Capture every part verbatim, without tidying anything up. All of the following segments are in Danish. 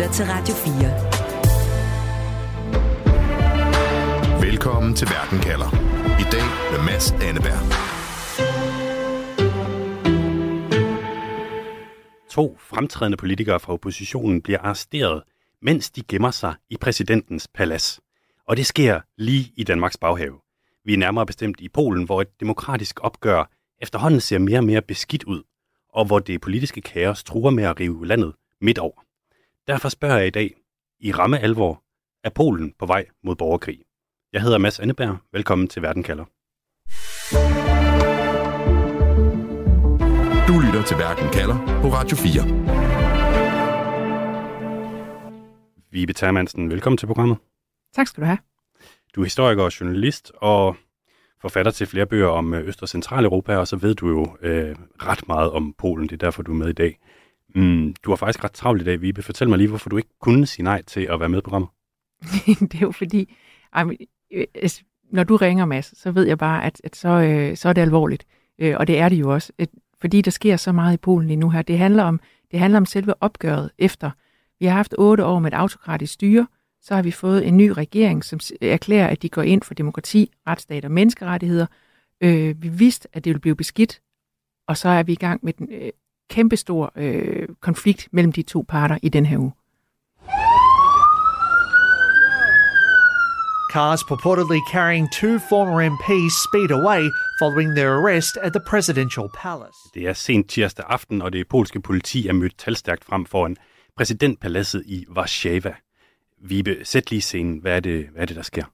lytter til Radio fire. Velkommen til Verden kalder. I dag med Mads Anneberg. To fremtrædende politikere fra oppositionen bliver arresteret, mens de gemmer sig i præsidentens palads. Og det sker lige i Danmarks baghave. Vi er nærmere bestemt i Polen, hvor et demokratisk opgør efterhånden ser mere og mere beskidt ud, og hvor det politiske kaos truer med at rive landet midt over. Derfor spørger jeg i dag, i ramme alvor, er Polen på vej mod borgerkrig? Jeg hedder Mads Anneberg. Velkommen til Verden kalder. Du lytter til Verden kalder på Radio fire. Vibe Termansen, velkommen til programmet. Tak skal du have. Du er historiker og journalist og forfatter til flere bøger om Øst- og Centraleuropa, og så ved du jo øh, ret meget om Polen. Det er derfor, du er med i dag. Mm, du har faktisk ret travlt i dag, Vibe. Fortæl mig lige, hvorfor du ikke kunne sige nej til at være med i programmet. Det er jo fordi, øh, når du ringer, Mads, så ved jeg bare, at, at så, øh, så er det alvorligt. Øh, og det er det jo også. Et, fordi der sker så meget i Polen lige nu her. Det handler om, det handler om selve opgøret efter. Vi har haft otte år med et autokratisk styre. Så har vi fået en ny regering, som erklærer, at de går ind for demokrati, retsstat og menneskerettigheder. Øh, vi vidste, at det ville blive beskidt, og så er vi i gang med den øh, kæmpestor øh, konflikt mellem de to parter i den her uge. Cars purportedly carrying two former M Ps speed away following their arrest at the presidential palace. Det er sent tirsdag aften, og det polske politi er mødt talstærkt frem foran præsidentpaladset i Warszawa. Vibe, sæt lige scenen. Hvad er det, hvad er det, der sker?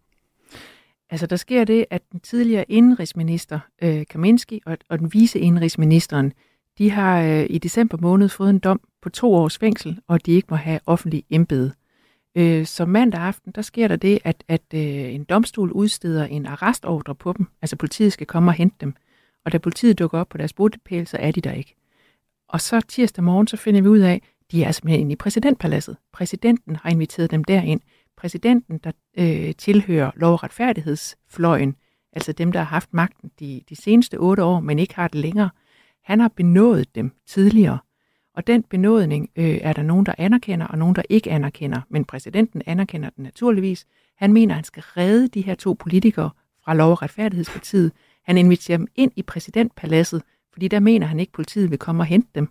Altså, der sker det, at den tidligere indenrigsminister øh, Kaminski og, og den vice indenrigsministeren, de har øh, i december måned fået en dom på to års fængsel, og de ikke må have offentlig embede. Øh, så mandag aften, der sker der det, at, at øh, en domstol udsteder en arrestordre på dem. Altså, politiet skal komme og hente dem. Og da politiet dukker op på deres bopæl, så er de der ikke. Og så tirsdag morgen, så finder vi ud af, de er simpelthen inde i præsidentpaladset. Præsidenten har inviteret dem derind. Præsidenten, der øh, tilhører lov- og retfærdighedsfløjen, altså dem, der har haft magten de, de seneste otte år, men ikke har det længere, han har benådet dem tidligere. Og den benådning øh, er der nogen, der anerkender, og nogen, der ikke anerkender. Men præsidenten anerkender den naturligvis. Han mener, at han skal redde de her to politikere fra lov- og retfærdighedspartiet. Han inviterer dem ind i præsidentpaladset, fordi der mener han ikke, at politiet vil komme og hente dem.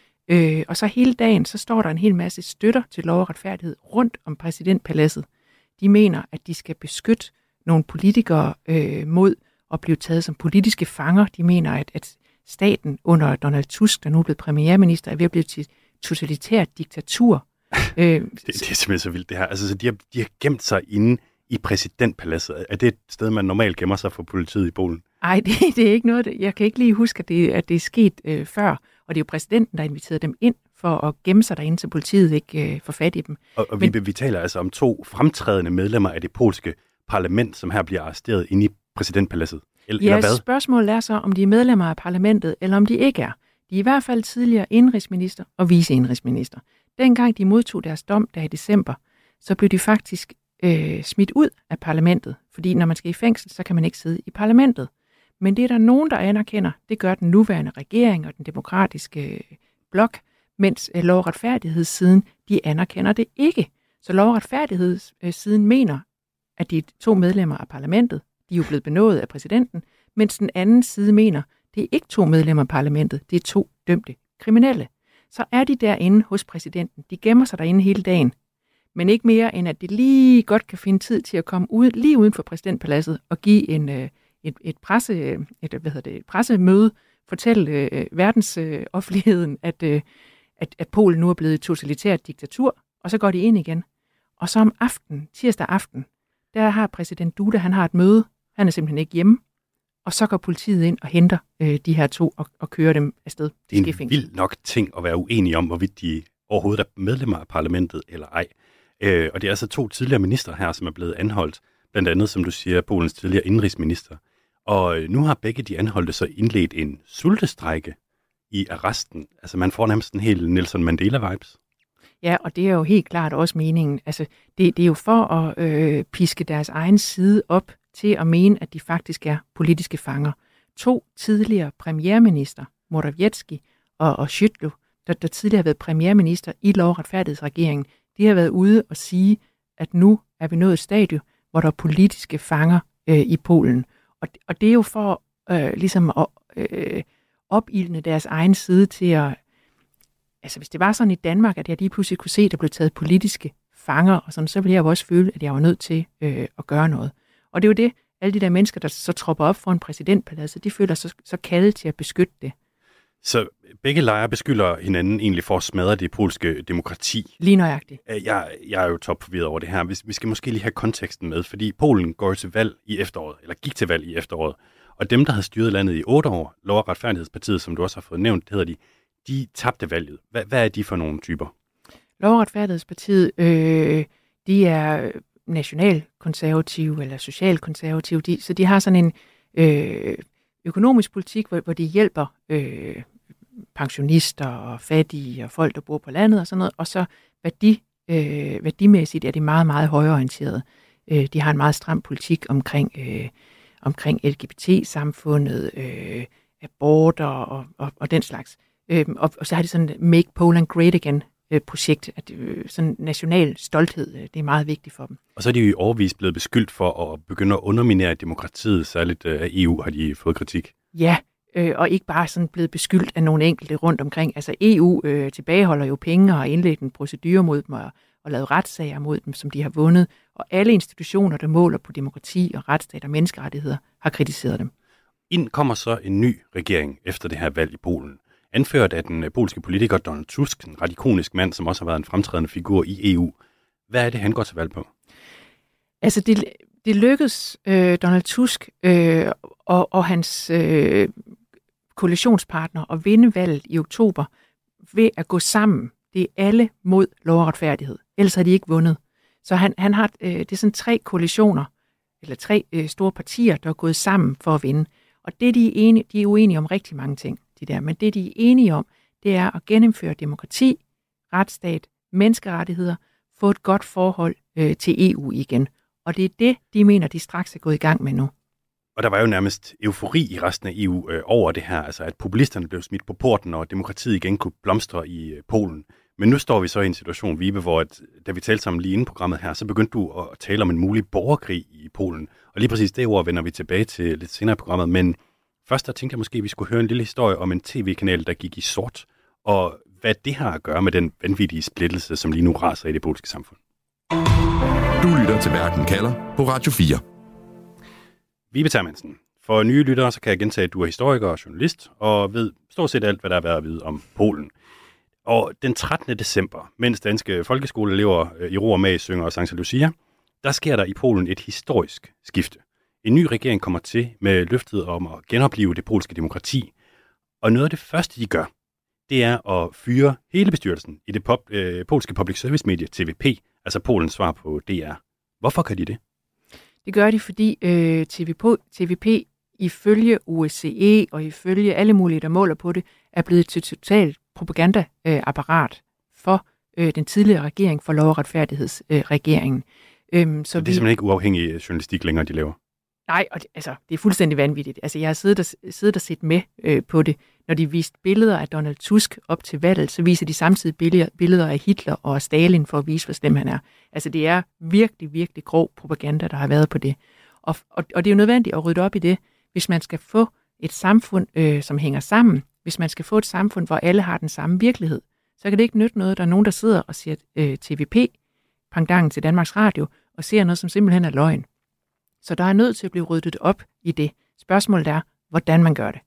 Øh, og så hele dagen, så står der en hel masse støtter til lov og retfærdighed rundt om præsidentpaladset. De mener, at de skal beskytte nogle politikere øh, mod at blive taget som politiske fanger. De mener, at, at staten under Donald Tusk, der nu er blevet premierminister, er ved at blive til totalitært diktatur. øh, det, det er simpelthen så vildt det her. Altså, så de, har, de har gemt sig inde i præsidentpaladset. Er det et sted, man normalt gemmer sig for politiet i Polen? Nej, det, det er ikke noget. Jeg kan ikke lige huske, at det, at det er sket øh, før. Og det er jo præsidenten, der inviterede dem ind for at gemme sig derinde, så politiet ikke øh, får fat i dem. Og, og Men, vi, vi taler altså om to fremtrædende medlemmer af det polske parlament, som her bliver arresteret inde i præsidentpaladset. Eller, ja, eller hvad? Spørgsmålet er så, om de er medlemmer af parlamentet, eller om de ikke er. De er i hvert fald tidligere indenrigsminister og viceindrigsminister. Dengang de modtog deres dom der i december, så blev de faktisk øh, smidt ud af parlamentet. Fordi når man skal i fængsel, så kan man ikke sidde i parlamentet. Men det er der nogen, der anerkender. Det gør den nuværende regering og den demokratiske blok, mens lov- og retfærdighedssiden, de anerkender det ikke. Så lov- og retfærdighedssiden mener, at de to medlemmer af parlamentet, de er jo blevet benådet af præsidenten, mens den anden side mener, det er ikke to medlemmer af parlamentet, det er to dømte kriminelle. Så er de derinde hos præsidenten. De gemmer sig derinde hele dagen. Men ikke mere, end at de lige godt kan finde tid til at komme ud, lige uden for præsidentpaladset og give en... Øh, Et, et, presse, et, hvad hedder det, et pressemøde, fortælle øh, verdensoffentligheden, øh, at, øh, at, at Polen nu er blevet et totalitært diktatur, og så går de ind igen. Og så om aftenen, tirsdag aften, der har præsident Duda, han har et møde, han er simpelthen ikke hjemme, og så går politiet ind og henter øh, de her to og, og kører dem afsted. Det er en vild nok ting at være uenige om, hvorvidt de overhovedet er medlemmer af parlamentet eller ej. Øh, og det er altså to tidligere minister her, som er blevet anholdt, blandt andet, som du siger, Polens tidligere indenrigsminister. Og nu har begge de anholdte så indledt en sultestrække i arresten. Altså man får nærmest en hel Nelson Mandela-vibes. Ja, og det er jo helt klart også meningen. Altså det, det er jo for at øh, piske deres egen side op til at mene, at de faktisk er politiske fanger. To tidligere premierminister, Morawiecki og, og Szydło, der, der tidligere har været premierminister i lov- og retfærdighedsregeringen, de har været ude og sige, at nu er vi nået et stadie, hvor der er politiske fanger øh, i Polen. Og, og det er jo for øh, ligesom at øh, opildne deres egen side til at... Altså hvis det var sådan i Danmark, at jeg lige pludselig kunne se, at der blev taget politiske fanger, og sådan, så ville jeg jo også føle, at jeg var nødt til øh, at gøre noget. Og det er jo det, alle de der mennesker, der så tropper op for en præsidentpaladset, de føler sig så, så kaldet til at beskytte det. Så begge lejre beskylder hinanden egentlig for at smadre det polske demokrati. Lige nøjagtigt. Jeg, jeg er jo topforvirret over det her. Vi, vi skal måske lige have konteksten med, fordi Polen går til valg i efteråret, eller gik til valg i efteråret. Og dem, der havde styret landet i otte år, Lov- og Retfærdighedspartiet, som du også har fået nævnt, hedder de, de tabte valget. Hvad, hvad er de for nogle typer? Lov- og Retfærdighedspartiet, øh, de er nationalkonservative eller socialkonservative, de, så de har sådan en øh, økonomisk politik, hvor, hvor de hjælper øh, pensionister og fattige og folk, der bor på landet og sådan noget, og så værdi, øh, værdimæssigt er de meget, meget højreorienterede. Øh, de har en meget stram politik omkring, øh, omkring L G B T-samfundet, øh, aborter og, og, og den slags. Øh, og, og så har de sådan Make Poland Great Again projekt, at øh, sådan national stolthed, øh, det er meget vigtigt for dem. Og så er de jo i årevis blevet beskyldt for at begynde at underminere demokratiet, særligt øh, af E U har de fået kritik. Ja, øh, og ikke bare sådan blevet beskyldt af nogle enkelte rundt omkring. Altså E U øh, tilbageholder jo penge og har indledt en procedure mod dem og, og lavet retssager mod dem, som de har vundet. Og alle institutioner, der måler på demokrati og retsstat og menneskerettigheder, har kritiseret dem. Ind kommer så en ny regering efter det her valg i Polen. Anført af den polske politiker Donald Tusk, en radikonisk mand, som også har været en fremtrædende figur i E U. Hvad er det, han går til valg på? Altså, det, det lykkedes øh, Donald Tusk øh, og, og hans øh, koalitionspartner at vinde valget i oktober ved at gå sammen. Det er alle mod lov og retfærdighed. Ellers har de ikke vundet. Så han, han har, øh, det er sådan tre koalitioner, eller tre øh, store partier, der er gået sammen for at vinde. Og det, de er enige, de er uenige om rigtig mange ting. De der. Men det, de er enige om, det er at gennemføre demokrati, retsstat, menneskerettigheder, få et godt forhold øh, til E U igen. Og det er det, de mener, de straks er gået i gang med nu. Og der var jo nærmest eufori i resten af E U øh, over det her, altså at populisterne blev smidt på porten, og demokratiet igen kunne blomstre i øh, Polen. Men nu står vi så i en situation, Vibe, hvor at, da vi talte sammen lige inden programmet her, så begyndte du at tale om en mulig borgerkrig i Polen. Og lige præcis det ord vender vi tilbage til lidt senere i programmet, men først der tænkte jeg måske, at vi skulle høre en lille historie om en tv-kanal, der gik i sort, og hvad det har at gøre med den vanvittige splittelse, som lige nu raser i det polske samfund. Du lytter til Verden kalder på Radio fire. Vibe Termansen, for nye lyttere, så kan jeg gentage, at du er historiker og journalist, og ved stort set alt, hvad der er været at vide om Polen. Og den trettende december, mens danske folkeskoleelever i ro og mag synger Santa Lucia, der sker der i Polen et historisk skifte. En ny regering kommer til med løftet om at genopleve det polske demokrati. Og noget af det første, de gør, det er at fyre hele bestyrelsen i det pop, øh, polske public service medie T V P, altså Polens svar på D R. Hvorfor gør de det? Det gør de, fordi øh, T V P ifølge O S C E og ifølge alle mulige, der måler på det, er blevet til totalt propagandaapparat for øh, den tidligere regering, for lov- og retfærdighedsregeringen. Øh, øhm, så så det er vi... simpelthen ikke uafhængig journalistik længere, de laver? Nej, og det, altså, det er fuldstændig vanvittigt. Altså, jeg har siddet og, siddet og set med øh, på det. Når de viste billeder af Donald Tusk op til valget, så viser de samtidig billeder, billeder af Hitler og Stalin for at vise, hvor slem han er. Altså, det er virkelig, virkelig grov propaganda, der har været på det. Og, og, og det er jo nødvendigt at rydde op i det, hvis man skal få et samfund, øh, som hænger sammen. Hvis man skal få et samfund, hvor alle har den samme virkelighed, så kan det ikke nytte noget, der er nogen, der sidder og siger øh, T V P, pangdangen til Danmarks Radio, og ser noget, som simpelthen er løgn. Så der er nødt til at blive ryddet op i det. Spørgsmålet er, hvordan man gør det.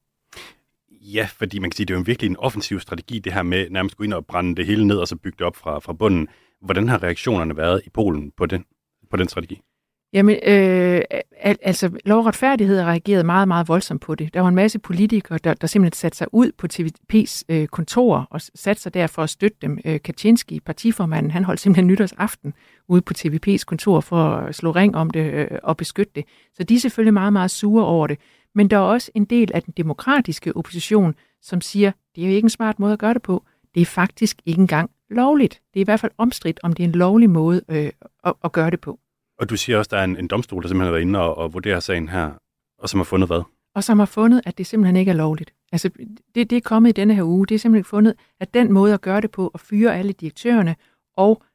Ja, fordi man kan sige, det er jo virkelig en offensiv strategi, det her med nærmest gå ind og brænde det hele ned, og så bygge det op fra, fra bunden. Hvordan har reaktionerne været i Polen på den, på den strategi? Jamen, øh, al- altså, Lov- og Retfærdighed har reageret meget, meget voldsomt på det. Der var en masse politikere, der, der simpelthen satte sig ud på T V P's øh, kontor og satte sig der for at støtte dem. Øh, Kaczynski, partiformanden, han holdt simpelthen nytårsaften ude på T V P's kontor for at slå ring om det øh, og beskytte det. Så de er selvfølgelig meget, meget sure over det. Men der er også en del af den demokratiske opposition, som siger, det er jo ikke en smart måde at gøre det på. Det er faktisk ikke engang lovligt. Det er i hvert fald omstridt, om det er en lovlig måde øh, at, at gøre det på. Og du siger også, at der er en, en domstol, der simpelthen har været inde og, og vurderer sagen her, og som har fundet hvad? Og som har fundet, at det simpelthen ikke er lovligt. Altså, det, det er kommet i denne her uge. Det er simpelthen fundet, at den måde at gøre det på, at fyre alle direktørerne og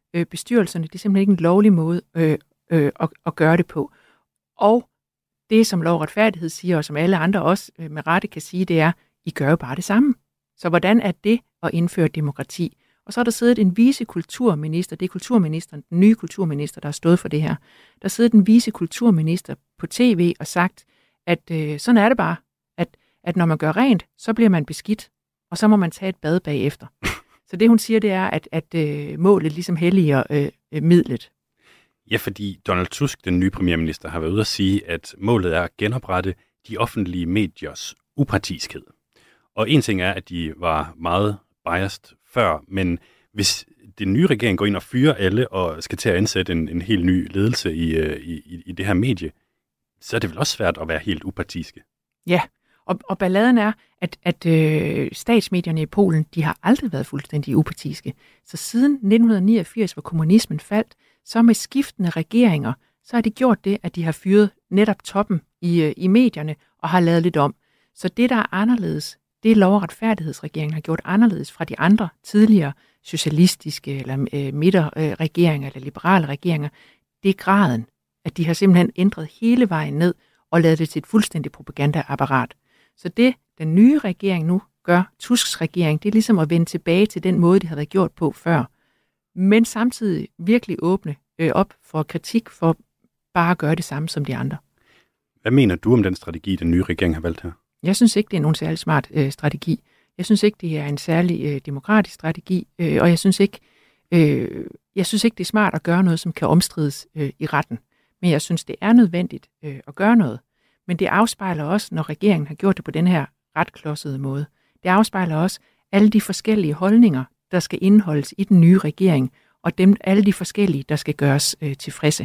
øh, bestyrelserne. Det er simpelthen ikke en lovlig måde øh, øh, at, at gøre det på. Og det, som Lov og Retfærdighed siger, og som alle andre også øh, med rette kan sige, det er, I gør jo bare det samme. Så hvordan er det at indføre demokrati? Og så er der siddet en vicekulturminister, det er kulturministeren, den nye kulturminister, der har stået for det her. Der er siddet en vicekulturminister på tv og sagt, at øh, sådan er det bare, at, at når man gør rent, så bliver man beskidt, og så må man tage et bad bagefter. Så det, hun siger, det er, at, at øh, målet ligesom helliger øh, midlet. Ja, fordi Donald Tusk, den nye premierminister, har været ude at sige, at målet er at genoprette de offentlige mediers upartiskhed. Og en ting er, at de var meget biased før, men hvis den nye regering går ind og fyrer alle og skal til at ansætte en, en helt ny ledelse i, i, i det her medie, så er det vel også svært at være helt upartiske. Ja, og, og balladen er, at, at øh, statsmedierne i Polen, de har aldrig været fuldstændig upartiske. Så siden nitten niogfirs, hvor kommunismen faldt, så med skiftende regeringer, så har de gjort det, at de har fyret netop toppen i, øh, i medierne og har lavet lidt om. Så det, der er anderledes, det Lov- og Retfærdighedsregeringen har gjort anderledes fra de andre tidligere socialistiske eller øh, midterregeringer eller liberale regeringer, det er graden, at de har simpelthen ændret hele vejen ned og lavet det til et fuldstændigt propagandaapparat. Så det, den nye regering nu gør, Tusks regering, det er ligesom at vende tilbage til den måde, det havde været gjort på før. Men samtidig virkelig åbne øh, op for kritik for bare at gøre det samme som de andre. Hvad mener du om den strategi, den nye regering har valgt her? Jeg synes ikke, det er nogen særlig smart øh, strategi. Jeg synes ikke, det er en særlig øh, demokratisk strategi, øh, og jeg synes ikke, øh, jeg synes ikke, det er smart at gøre noget, som kan omstrides øh, i retten. Men jeg synes, det er nødvendigt øh, at gøre noget. Men det afspejler også, når regeringen har gjort det på den her ret klodsede måde. Det afspejler også alle de forskellige holdninger, der skal indeholdes i den nye regering, og dem, alle de forskellige, der skal gøres øh, tilfredse.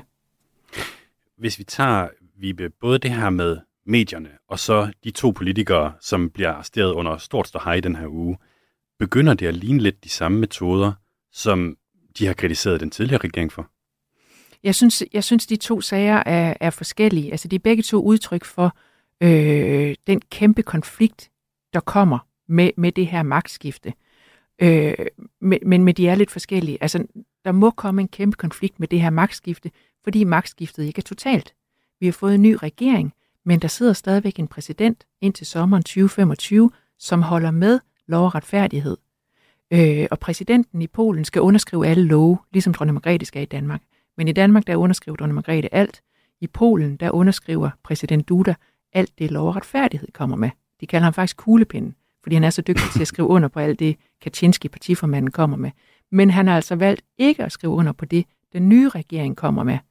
Hvis vi tager, Vibe, både det her med medierne, og så de to politikere, som bliver arresteret under stort ståhej i den her uge, begynder det at ligne lidt de samme metoder, som de har kritiseret den tidligere regering for? Jeg synes, jeg synes de to sager er, er forskellige. Altså, de er begge to udtryk for øh, den kæmpe konflikt, der kommer med, med det her magtskifte. Øh, men, men de er lidt forskellige. Altså, der må komme en kæmpe konflikt med det her magtskifte, fordi magtskiftet ikke er totalt. Vi har fået en ny regering, men der sidder stadigvæk en præsident indtil sommeren tyve femogtyve, som holder med Lov og Retfærdighed. Øh, og præsidenten i Polen skal underskrive alle love, ligesom dronning Margrethe skal i Danmark. Men i Danmark, der underskriver dronning Margrethe alt. I Polen, der underskriver præsident Duda alt det, Lov og Retfærdighed kommer med. De kalder ham faktisk kuglepinden, fordi han er så dygtig til at skrive under på alt det, Kaczynski, partiformanden, kommer med. Men han har altså valgt ikke at skrive under på det, den nye regering kommer med.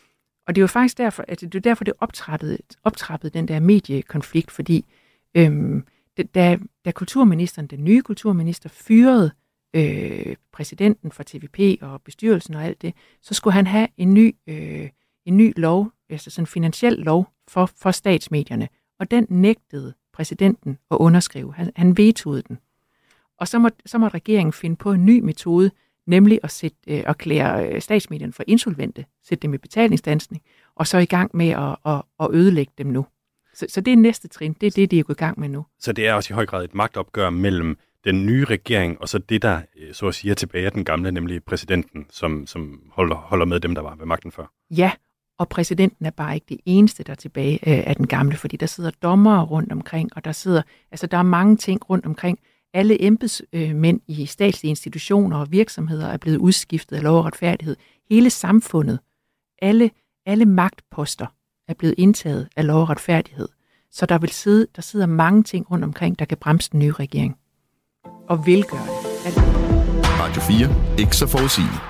Og det er jo faktisk derfor, at det er derfor, det optrappede, optrappede den der mediekonflikt, fordi øhm, det, da, da kulturministeren, den nye kulturminister, fyrede øh, præsidenten for T V P og bestyrelsen og alt det, så skulle han have en ny, øh, en ny lov, altså sådan en finansiel lov for, for statsmedierne, og den nægtede præsidenten at underskrive. Han, han vetoede den. Og så måtte, så måtte regeringen finde på en ny metode, nemlig at, sætte, øh, at klære statsmedierne for insolvente, sætte dem i betalingsstandsning, og så i gang med at, at, at ødelægge dem nu. Så, så det er næste trin, det er det, de er gået i gang med nu. Så det er også i høj grad et magtopgør mellem den nye regering, og så det, der så at sige er tilbage af den gamle, nemlig præsidenten, som, som holder, holder med dem, der var ved magten før. Ja, og præsidenten er bare ikke det eneste, der er tilbage øh, af den gamle, fordi der sidder dommere rundt omkring, og der sidder, altså der er mange ting rundt omkring. Alle embedsmænd i statslige institutioner og virksomheder er blevet udskiftet af Lov og Retfærdighed. Hele samfundet, alle, alle magtposter er blevet indtaget af Lov og Retfærdighed. Så der vil sidde, der sidder mange ting rundt omkring, der kan bremse den nye regering. Og vil gøre det. Radio fire. Ikke så forudsigeligt.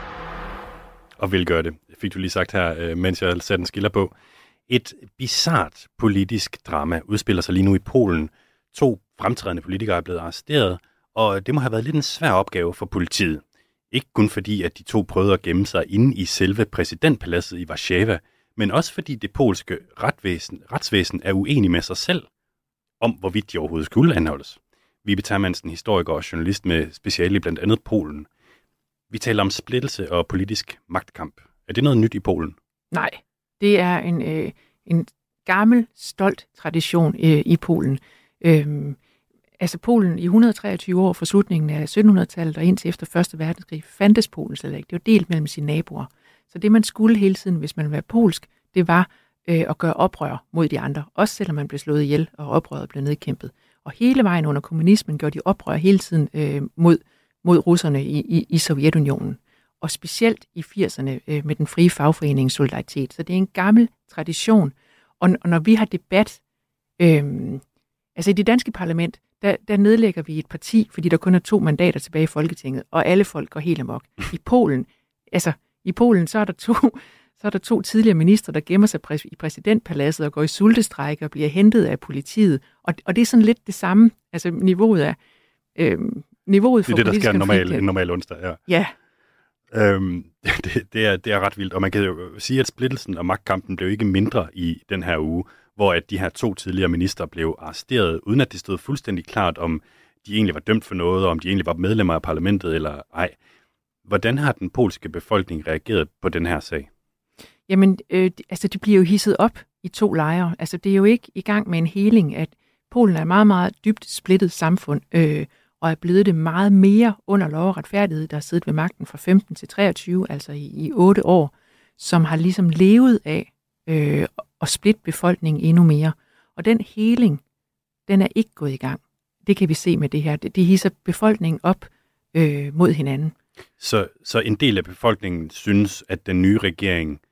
Og vil gøre det, fik du lige sagt her, mens jeg satte en skiller på. Et bizart politisk drama udspiller sig lige nu i Polen. To fremtrædende politikere er blevet arresteret, og det må have været lidt en svær opgave for politiet. Ikke kun fordi, at de to prøvede at gemme sig inde i selve præsidentpaladset i Warszawa, men også fordi det polske retsvæsen, retsvæsen er uenig med sig selv om, hvorvidt de overhovedet skulle anholdes. Vibe Termansen, historiker og journalist med speciale i blandt andet Polen. Vi taler om splittelse og politisk magtkamp. Er det noget nyt i Polen? Nej, det er en, øh, en gammel, stolt tradition øh, i Polen. Øhm, altså Polen i et hundrede og treogtyve år fra slutningen af syttenhundredetallet og indtil efter første verdenskrig fandtes Polen slet ikke. Det var delt mellem sine naboer. Så det man skulle hele tiden, hvis man ville være polsk, det var øh, at gøre oprør mod de andre. Også selvom man blev slået ihjel, og oprøret blev nedkæmpet. Og hele vejen under kommunismen gjorde de oprør hele tiden øh, mod, mod russerne i, i, i Sovjetunionen. Og specielt i firserne øh, med den frie fagforening Solidaritet. Så det er en gammel tradition. Og, og når vi har debat, øh, altså i det danske parlament, der, der nedlægger vi et parti, fordi der kun er to mandater tilbage i Folketinget, og alle folk går helt amok. I Polen, altså i Polen, så er der to, så er der to tidligere ministre, der gemmer sig præs- i præsidentpaladset og går i sultestrække og bliver hentet af politiet. Og, og det er sådan lidt det samme, altså niveauet er øh, niveauet for det er det, der sker en normal, konflikt. en normal onsdag, ja. Ja. Øhm, det, det, er, det er ret vildt, og man kan jo sige, at splittelsen og magtkampen blev ikke mindre i den her uge, hvor at de her to tidligere minister blev arresteret, uden at det stod fuldstændig klart, om de egentlig var dømt for noget, og om de egentlig var medlemmer af parlamentet eller ej. Hvordan har den polske befolkning reageret på den her sag? Jamen, øh, altså de bliver jo hisset op i to lejre. Altså det er jo ikke i gang med en heling, at Polen er et meget, meget dybt splittet samfund, øh, og er blevet det meget mere under lov og retfærdighed, der har siddet ved magten fra femten til treogtyve, altså i, i otte år, som har ligesom levet af øh, at splitte befolkningen endnu mere. Og den heling, den er ikke gået i gang. Det kan vi se med det her. Det, det hisser befolkningen op øh, mod hinanden. Så, så en del af befolkningen synes, at den nye regering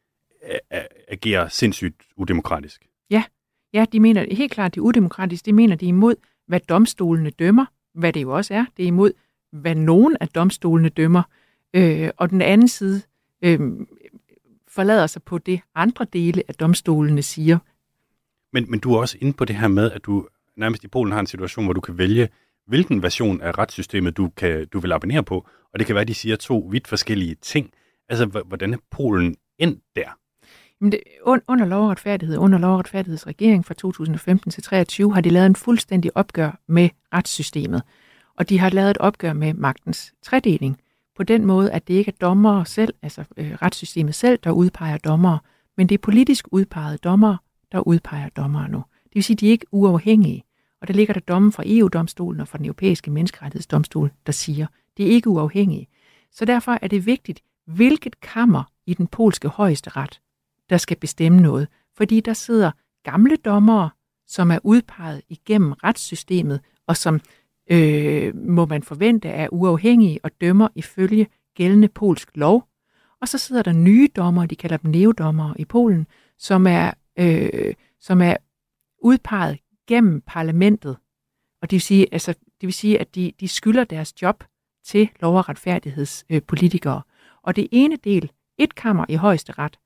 agerer sindssygt udemokratisk? Ja, ja, de mener helt klart, det er udemokratisk. De mener, det er imod, hvad domstolene dømmer, hvad det jo også er. Det er imod, hvad nogen af domstolene dømmer. Øh, og den anden side øh, forlader sig på det, andre dele af domstolene siger. Men, men du er også inde på det her med, at du nærmest i Polen har en situation, hvor du kan vælge, hvilken version af retssystemet du, kan, du vil abonnere på. Og det kan være, at de siger to vidt forskellige ting. Altså, hvordan er Polen endt der? Men det, under lov og retfærdighed, under lov og retfærdighedsregering fra to tusind og femten til treogtyve, har de lavet en fuldstændig opgør med retssystemet. Og de har lavet et opgør med magtens tredeling. På den måde, at det ikke er dommere selv, altså øh, retssystemet selv, der udpeger dommere, men det er politisk udpegede dommere, der udpeger dommere nu. Det vil sige, at de er ikke uafhængige. Og der ligger der domme fra E U-domstolen og fra den europæiske menneskerettighedsdomstol, der siger, det er ikke uafhængige. Så derfor er det vigtigt, hvilket kammer i den polske højesteret, der skal bestemme noget. Fordi der sidder gamle dommere, som er udpeget igennem retssystemet, og som øh, må man forvente er uafhængige og dømmer ifølge gældende polsk lov. Og så sidder der nye dommere, de kalder dem neodommere i Polen, som er, øh, som er udpeget gennem parlamentet. Og det vil sige, altså, det vil sige at de, de skylder deres job til lov- og retfærdighedspolitikere. Øh, og det ene del, et kammer i højesteret,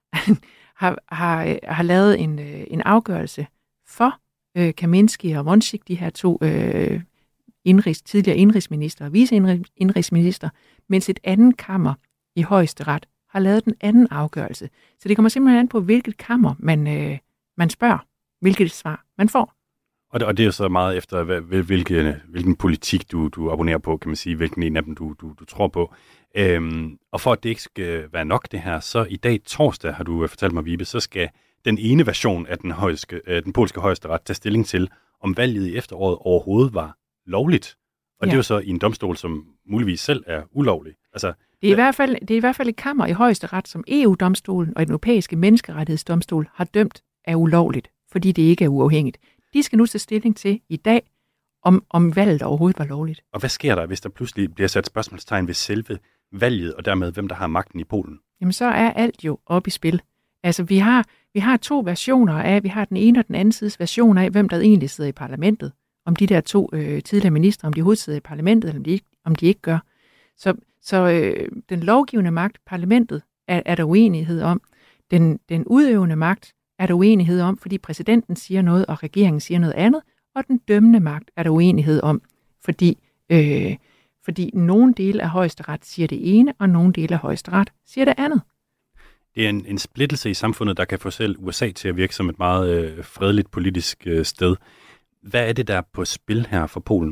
har, har, har lavet en, en afgørelse for øh, Kaminski og Wąsik, de her to øh, indrigs, tidligere indrigsminister og viceindrigsminister, mens et andet kammer i højesteret har lavet den anden afgørelse. Så det kommer simpelthen an på, hvilket kammer man, øh, man spørger, hvilket svar man får. Og det, og det er jo så meget efter, hvilken, hvilken politik du, du abonnerer på, kan man sige, hvilken en af dem du, du, du tror på. Øhm, og for at det ikke skal være nok det her, så i dag torsdag, har du fortalt mig, Vibe, så skal den ene version af den, højske, øh, den polske højesteret tage stilling til, om valget i efteråret overhovedet var lovligt. Og ja. Det er jo så i en domstol, som muligvis selv er ulovlig. Altså, det, er i hvert fald, det er i hvert fald et kammer i højesteret, som E U-domstolen og den europæiske menneskerettighedsdomstol har dømt er ulovligt, fordi det ikke er uafhængigt. De skal nu tage stilling til i dag, om, om valget overhovedet var lovligt. Og hvad sker der, hvis der pludselig bliver sat spørgsmålstegn ved selve valget, og dermed hvem der har magten i Polen? Jamen så er alt jo op i spil. Altså vi har, vi har to versioner af, vi har den ene og den anden sides version af, hvem der egentlig sidder i parlamentet. Om de der to øh, tidligere ministre, om de overhovedet sidder i parlamentet, eller om de ikke, om de ikke gør. Så, så øh, den lovgivende magt, parlamentet, er, er der uenighed om. Den, den udøvende magt er der uenighed om, fordi præsidenten siger noget, og regeringen siger noget andet. Og den dømmende magt er der uenighed om, fordi, øh, fordi nogle dele af højesteret siger det ene, og nogle dele af højesteret siger det andet. Det er en, en splittelse i samfundet, der kan få selv U S A til at virke som et meget øh, fredeligt politisk øh, sted. Hvad er det, der er på spil her for Polen?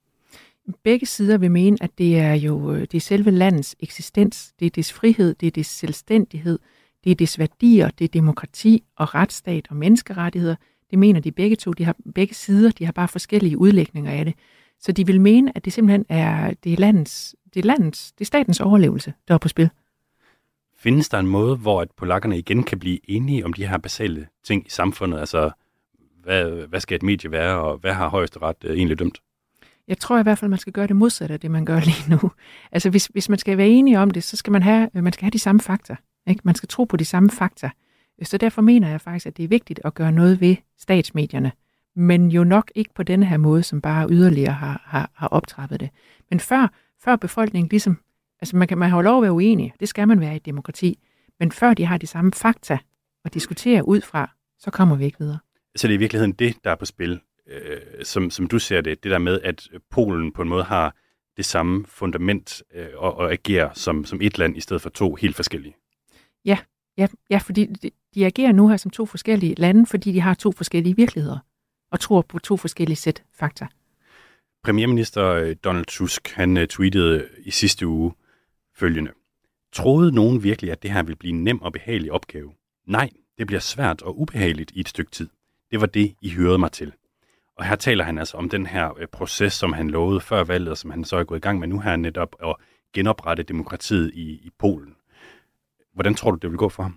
Begge sider vil mene, at det er jo det er selve landets eksistens, det er dets frihed, det er dets selvstændighed, det er dets værdier, det er demokrati og retsstat og menneskerettigheder. Det mener de begge to. De har begge sider, de har bare forskellige udlægninger af det. Så de vil mene, at det simpelthen er, det er, landets, det er, landets, det er statens overlevelse, der er på spil. Findes der en måde, hvor at polakkerne igen kan blive enige om de her basale ting i samfundet? Altså, hvad, hvad skal et medie være, og hvad har højesteret egentlig dømt? Jeg tror i hvert fald, man skal gøre det modsatte af det, man gør lige nu. Altså, hvis, hvis man skal være enige om det, så skal man have, man skal have de samme fakta. Ikke? Man skal tro på de samme fakta. Så derfor mener jeg faktisk, at det er vigtigt at gøre noget ved statsmedierne. Men jo nok ikke på denne her måde, som bare yderligere har, har, har optrappet det. Men før, før befolkningen ligesom, altså man kan man har jo lov at være uenig, det skal man være i et demokrati, men før de har de samme fakta at diskutere ud fra, så kommer vi ikke videre. Så det er i virkeligheden det, der er på spil, øh, som, som du ser det, det der med, at Polen på en måde har det samme fundament øh, og, og agerer som, som et land, i stedet for to helt forskellige. Ja, ja, ja, fordi de, de agerer nu her som to forskellige lande, fordi de har to forskellige virkeligheder, og tror på to forskellige sæt fakta. Premierminister Donald Tusk, han uh, tweetede i sidste uge følgende. Troede nogen virkelig, at det her ville blive en nem og behagelig opgave? Nej, det bliver svært og ubehageligt i et stykke tid. Det var det, I hørte mig til. Og her taler han altså om den her uh, proces, som han lovede før valget, og som han så er gået i gang med nu her netop, at genoprette demokratiet i, i Polen. Hvordan tror du, det vil gå for ham?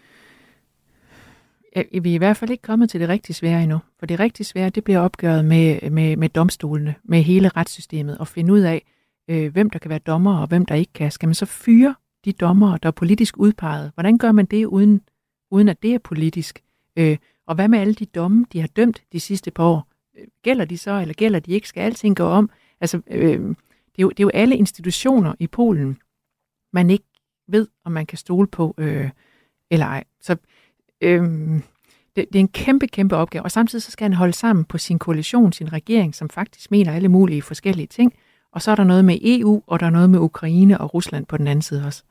Ja, vi er i hvert fald ikke kommet til det rigtig svære endnu. For det rigtig svære, det bliver opgøret med, med, med domstolene, med hele retssystemet, og finde ud af, øh, hvem der kan være dommer, og hvem der ikke kan. Skal man så fyre de dommere, der er politisk udpeget? Hvordan gør man det, uden, uden at det er politisk? Øh, og hvad med alle de domme, de har dømt de sidste par år? Gælder de så, eller gælder de ikke? Skal alting gå om? Altså, øh, det, er jo, det er jo alle institutioner i Polen, man ikke ved, om man kan stole på øh, eller ej. Så øhm, det, det er en kæmpe, kæmpe opgave, og samtidig så skal han holde sammen på sin koalition, sin regering, som faktisk mener alle mulige forskellige ting, og så er der noget med E U, og der er noget med Ukraine og Rusland på den anden side også.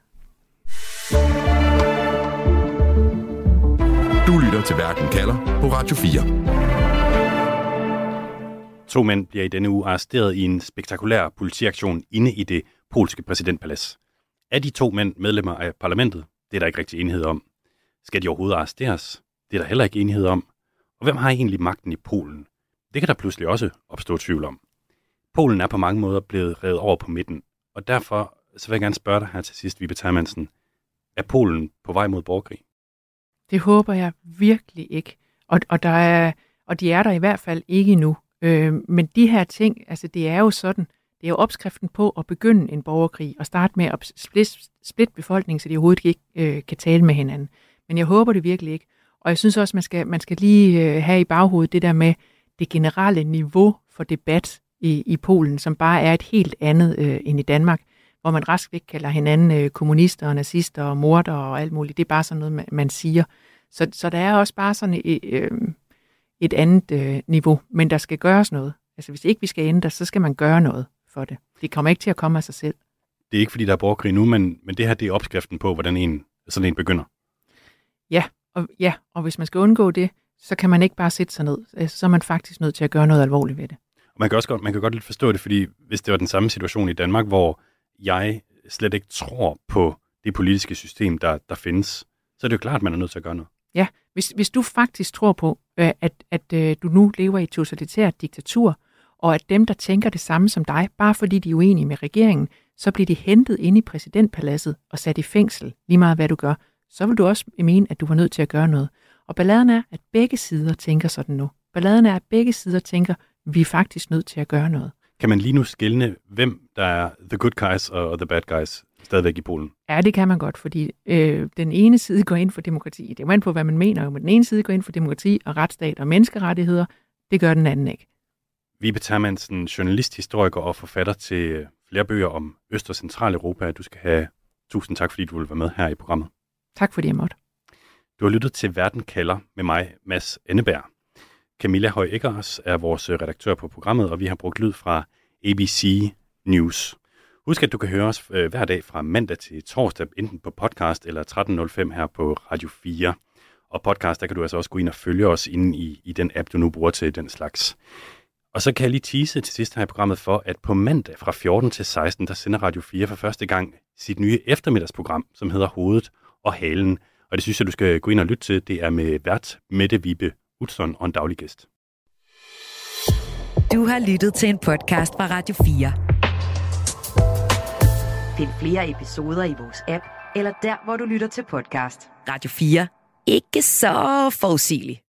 Du lytter til Verden kalder på Radio fire. To mænd bliver i denne uge arresteret i en spektakulær politiaktion inde i det polske præsidentpalads. Er de to mænd medlemmer af parlamentet? Det er der ikke rigtig enighed om. Skal de overhovedet arresteres? Det er der heller ikke enighed om. Og hvem har egentlig magten i Polen? Det kan der pludselig også opstå tvivl om. Polen er på mange måder blevet revet over på midten, og derfor så vil jeg gerne spørge dig her til sidst, Vibe Termansen. Er Polen på vej mod borgerkrig? Det håber jeg virkelig ikke. Og, og, der er, og de er der i hvert fald ikke endnu. Øh, men de her ting, altså det er jo sådan, det er jo opskriften på at begynde en borgerkrig og starte med at splitte split befolkningen, så de overhovedet ikke øh, kan tale med hinanden. Men jeg håber det virkelig ikke. Og jeg synes også, man skal, man skal lige øh, have i baghovedet det der med det generelle niveau for debat i, i Polen, som bare er et helt andet øh, end i Danmark, hvor man rask væk kalder hinanden øh, kommunister og nazister og morder og alt muligt. Det er bare sådan noget, man, man siger. Så, så der er også bare sådan et, øh, et andet øh, niveau, men der skal gøres noget. Altså hvis ikke vi skal ændre, så skal man gøre noget for det. Det kommer ikke til at komme af sig selv. Det er ikke, fordi der er borgerkrig nu, men, men det her det er opskriften på, hvordan en, sådan en begynder. Ja og, ja, og hvis man skal undgå det, så kan man ikke bare sætte sig ned. Altså, så er man faktisk nødt til at gøre noget alvorligt ved det. Og man kan også godt, man kan godt lidt forstå det, fordi hvis det var den samme situation i Danmark, hvor jeg slet ikke tror på det politiske system, der, der findes, så er det jo klart, at man er nødt til at gøre noget. Ja, hvis, hvis du faktisk tror på, at, at, at du nu lever i et totalitært diktatur, og at dem, der tænker det samme som dig, bare fordi de er uenige med regeringen, så bliver de hentet ind i præsidentpaladset og sat i fængsel, lige meget hvad du gør, så vil du også mene, at du var nødt til at gøre noget. Og balladen er, at begge sider tænker sådan nu. Balladen er, at begge sider tænker, vi er faktisk nødt til at gøre noget. Kan man lige nu skelne, hvem der er the good guys og the bad guys stadigvæk i Polen? Ja, det kan man godt, fordi øh, den ene side går ind for demokrati. Det er jo på, hvad man mener, men den ene side går ind for demokrati og retsstat og menneskerettigheder. Det gør den anden ikke. Vibe Termansen, journalist, historiker og forfatter til flere bøger om Øst- og Centraleuropa. Du skal have tusind tak, fordi du vil være med her i programmet. Tak fordi jeg måtte. Du har lyttet til Verden kalder med mig, Mads Enneberg. Camilla Høj Eggers er vores redaktør på programmet, og vi har brugt lyd fra A B C News. Husk, at du kan høre os øh, hver dag fra mandag til torsdag, enten på podcast eller tretten nul fem her på Radio fire. Og podcast, der kan du altså også gå ind og følge os inde i, i den app, du nu bruger til den slags. Og så kan jeg lige tease til sidst her i programmet for, at på mandag fra fjorten til seksten, der sender Radio fire for første gang sit nye eftermiddagsprogram, som hedder Hovedet og Halen. Og det synes jeg, du skal gå ind og lytte til. Det er med vært Mette Vibe Utzon og en daglig gæst. Du har lyttet til en podcast fra Radio fire. Find flere episoder i vores app, eller der, hvor du lytter til podcast. Radio fire. Ikke så forudsigeligt.